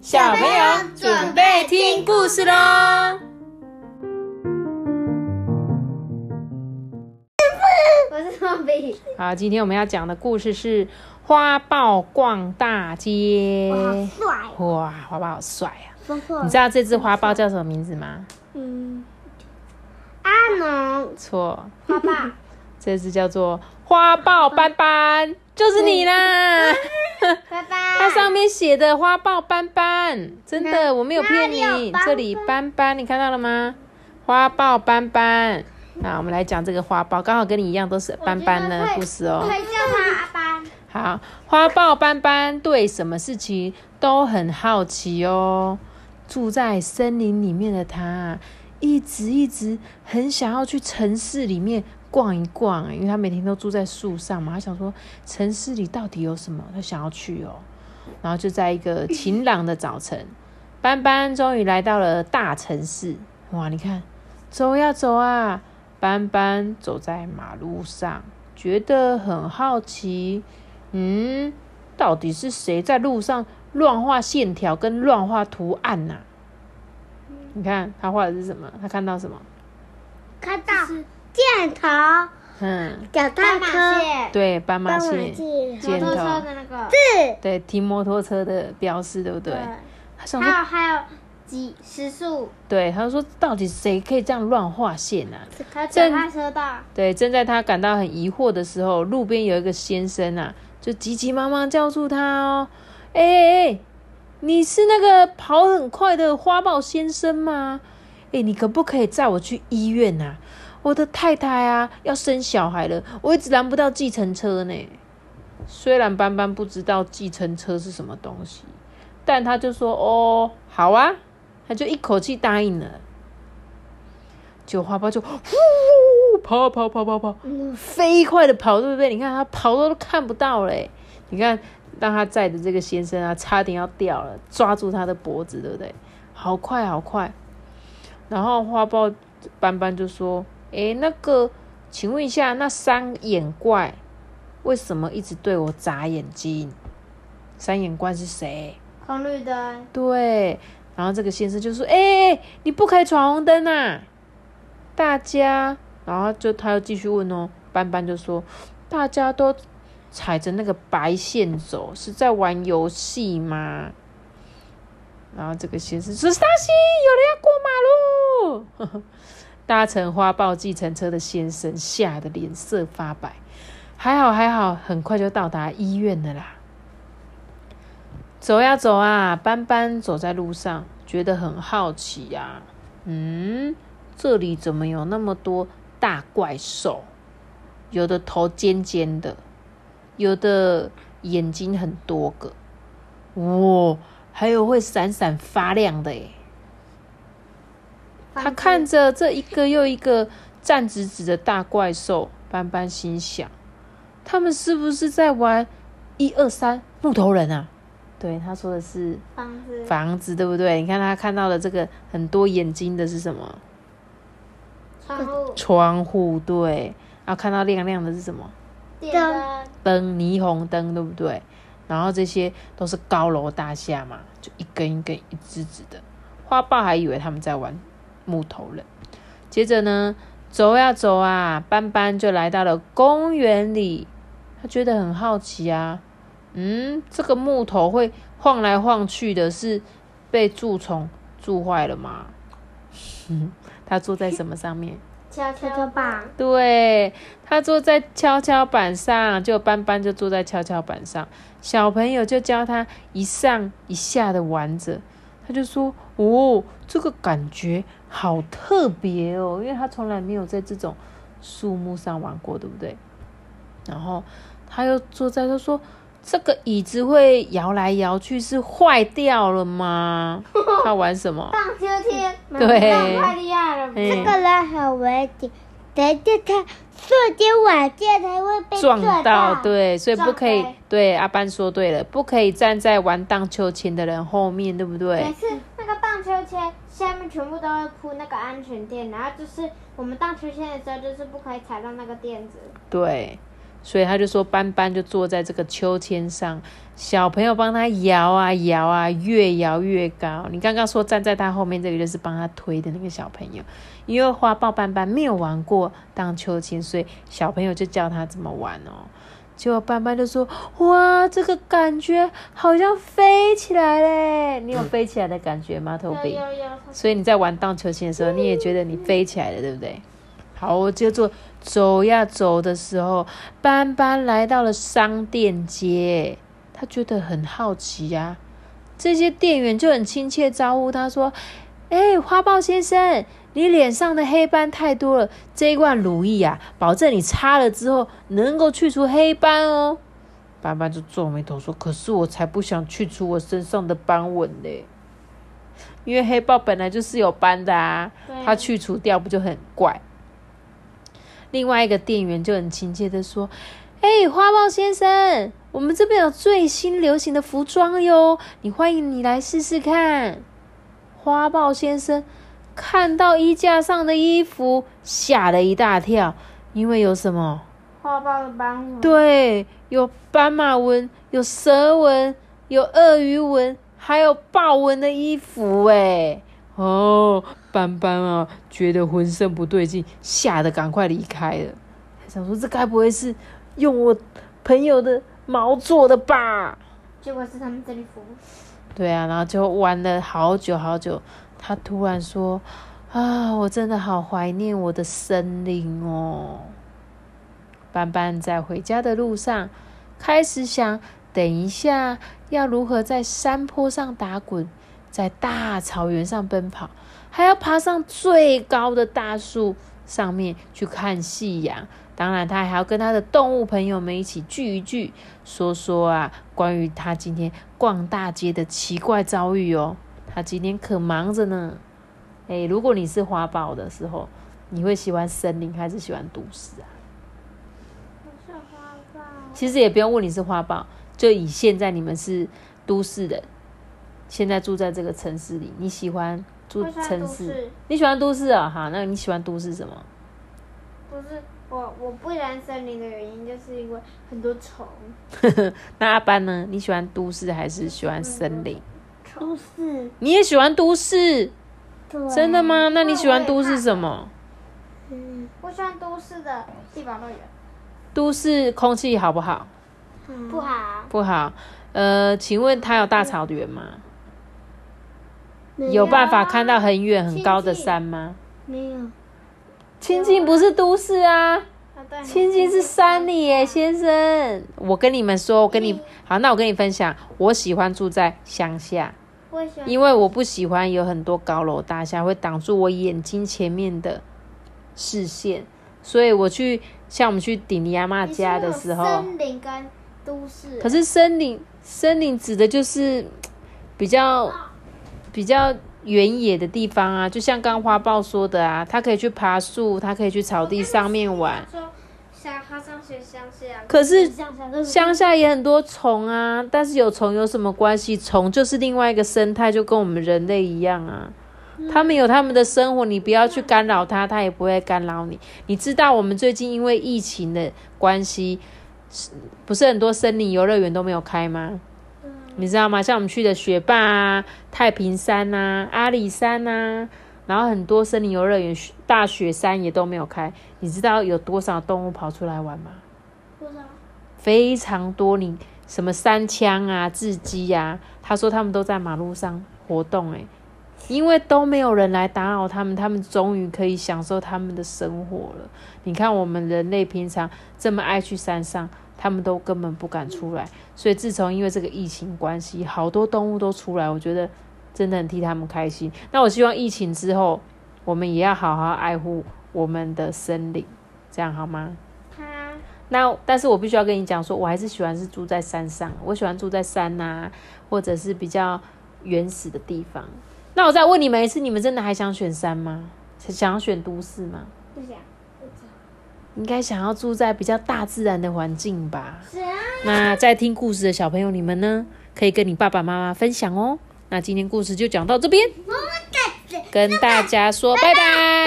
小朋友准备听故事咯。 我是莫比。 好，今天我们要讲的故事是花豹逛大街。 哇，好帅！ 哇，花豹好帅啊！ 你知道这只花豹叫什么名字吗？ 阿农。 错， 花豹。 这只叫做花豹斑斑，就是你啦！ 拜拜。 它上面写的花豹斑斑，真的，我没有骗你。这里斑斑，你看到了吗？花豹斑斑。那我们来讲这个花豹，刚好跟你一样都是斑斑的故事哦。 可以叫它阿斑。 好，花豹斑斑对什么事情都很好奇哦。住在森林里面的他，一直很想要去城市里面逛一逛，因为他每天都住在树上嘛。他想说城市里到底有什么，他想要去哦。然后就在一个晴朗的早晨，斑斑终于来到了大城市。哇，你看，走呀走啊，斑斑走在马路上，觉得很好奇。到底是谁在路上乱画线条跟乱画图案啊？你看他画的是什么？他看到什么？ 看到箭头。脚踏车。 对，斑马线。 箭头。摩托车的那个。 对，停摩托车的标识，对不对？他想说还有时速。 对，他说到底谁可以这样乱画线啊？ 脚踏车道。对， 正在他感到很疑惑的时候，路边有一个先生啊，就急急忙忙叫住他哦。你是那个跑很快的花豹先生吗？你可不可以载我去医院啊？我的太太啊要生小孩了，我一直拦不到计程车呢。虽然斑斑不知道计程车是什么东西，但他就说哦好啊，他就一口气答应了。结果花豹就跑，飞快的跑，对不对？你看他跑都看不到嘞。你看让他载的这个先生啊，差点要掉了，抓住他的脖子，对不对？好快好快。然后花豹斑斑就说那个请问一下，那三眼怪为什么一直对我眨眼睛？三眼怪是谁？ 红绿灯。 对，然后这个先生就说你不可以闯红灯啊，大家。然后他又继续问哦，斑斑就说大家都踩着那个白线走，是在玩游戏吗？然后这个先生说：“当心，有人要过马路！”搭乘花豹计程车的先生吓得脸色发白。还好，很快就到达医院了啦。走呀走啊，斑斑走在路上，觉得很好奇呀。这里怎么有那么多大怪兽？有的头尖尖的，有的眼睛很多个，还有会闪闪发亮的耶。他看着这一个又一个站直直的大怪兽，斑斑心想，他们是不是在玩1、2、3木头人啊？对，他说的是房子，对不对？你看他看到的这个很多眼睛的是什么？窗户，对。然后看到亮亮的是什么？灯，霓虹灯，对不对？然后这些都是高楼大厦嘛，就一根一根一支支的。花豹还以为他们在玩木头人。接着呢，走呀走啊，斑斑就来到了公园里。他觉得很好奇啊，这个木头会晃来晃去的，是被蛀虫蛀坏了吗？他坐在什么上面？ 跷跷板。 对，他坐在跷跷板上，就斑斑就坐在跷跷板上，小朋友就教他一上一下的玩着。他就说这个感觉好特别哦，因为他从来没有在这种树木上玩过，对不对？然后他又坐在，他说这个椅子会摇来摇去，是坏掉了吗？他玩什么？ 荡秋千。 对， 太厉害了。 这个人很危险，等一下他瞬间往下才会被撞到。对，所以不可以。对，阿班说对了，不可以站在玩荡秋千的人后面，对不对？ 每次那个荡秋千下面全部都会铺那个安全垫，然后就是我们荡秋千的时候，就是不可以踩到那个垫子。 对。 所以他就说斑斑就坐在这个秋千上，小朋友帮他摇啊摇啊，越摇越高。你刚刚说站在他后面这个就是帮他推的那个小朋友，因为花豹斑斑没有玩过荡秋千，所以小朋友就教他怎么玩哦。结果斑斑就说：哇，这个感觉好像飞起来嘞！你有飞起来的感觉吗，头比？ 有。 所以你在玩荡秋千的时候，你也觉得你飞起来了，对不对？好，接着走呀走的时候，斑斑来到了商店街，他觉得很好奇呀。这些店员就很亲切招呼他说：花豹先生，你脸上的黑斑太多了，这一罐乳液啊，保证你擦了之后能够去除黑斑哦。斑斑就皱眉头说：可是我才不想去除我身上的斑纹嘞，因为黑豹本来就是有斑的啊，它去除掉不就很怪？另外一个店员就很亲切的说：花豹先生，我们这边有最新流行的服装哟，欢迎你来试试看。花豹先生看到衣架上的衣服，吓了一大跳，因为有什么？ 花豹的斑纹。 对，有斑马纹，有蛇纹，有鳄鱼纹，还有豹纹的衣服哎。斑斑啊，觉得浑身不对劲，吓得赶快离开了。想说这该不会是用我朋友的毛做的吧？ 结果是他们这里服。 对啊，然后就玩了好久好久。他突然说：我真的好怀念我的森林哦。斑斑在回家的路上开始想，等一下要如何在山坡上打滚，在大草原上奔跑，还要爬上最高的大树上面去看夕阳。当然他还要跟他的动物朋友们一起聚一聚，说说关于他今天逛大街的奇怪遭遇哦。他今天可忙着呢。如果你是花豹的时候，你会喜欢森林还是喜欢都市啊？ 我是花豹。 其实也不用问你是花豹，就以现在你们是都市人，现在住在这个城市里，你喜欢住城市？你喜欢都市啊？好，那你喜欢都市什么？ 不是我不喜欢森林的原因，就是因为很多虫。 那阿班呢？你喜欢都市还是喜欢森林？ 都市。 你也喜欢都市？ 对。 真的吗？那你喜欢都市什么？ 我喜欢都市的地堡乐园。 都市空气好不好？ 不好。 不好。请问它有大草原吗？有办法看到很远很高的山吗？ 没有。 清境不是都市啊，清境是山里耶，先生。我跟你们说，好，那我跟你分享，我喜欢住在乡下，因为我不喜欢有很多高楼大厦会挡住我眼睛前面的视线，所以像我们去顶尼阿嬷家的时候， 森林跟都市。 可是森林指的就是比较原野的地方啊，就像刚刚花豹说的啊，他可以去爬树，他可以去草地上面玩。 好想学乡下。 可是乡下也很多虫啊，但是有虫有什么关系？虫就是另外一个生态，就跟我们人类一样啊。他们有他们的生活，你不要去干扰他，他也不会干扰你。你知道我们最近因为疫情的关系，不是很多森林游乐园都没有开吗？你知道吗？像我们去的雪霸啊、太平山啊、阿里山啊，然后很多森林游乐园、大雪山也都没有开。你知道有多少动物跑出来玩吗？ 多少？ 非常多。你什么山羌啊、雉鸡啊，他说他们都在马路上活动因为都没有人来打扰他们，他们终于可以享受他们的生活了。你看我们人类平常这么爱去山上，他们都根本不敢出来，所以自从因为这个疫情关系，好多动物都出来，我觉得真的很替他们开心。那我希望疫情之后，我们也要好好爱护我们的森林，这样好吗？那但是我必须要跟你讲说，我还是喜欢是住在山上，我喜欢住在山啊，或者是比较原始的地方。那我再问你们一次，你们真的还想选山吗？想要选都市吗？ 不想。 应该想要住在比较大自然的环境吧。 是啊。 那在听故事的小朋友你们呢，可以跟你爸爸妈妈分享哦。那今天故事就讲到这边，跟大家说拜拜。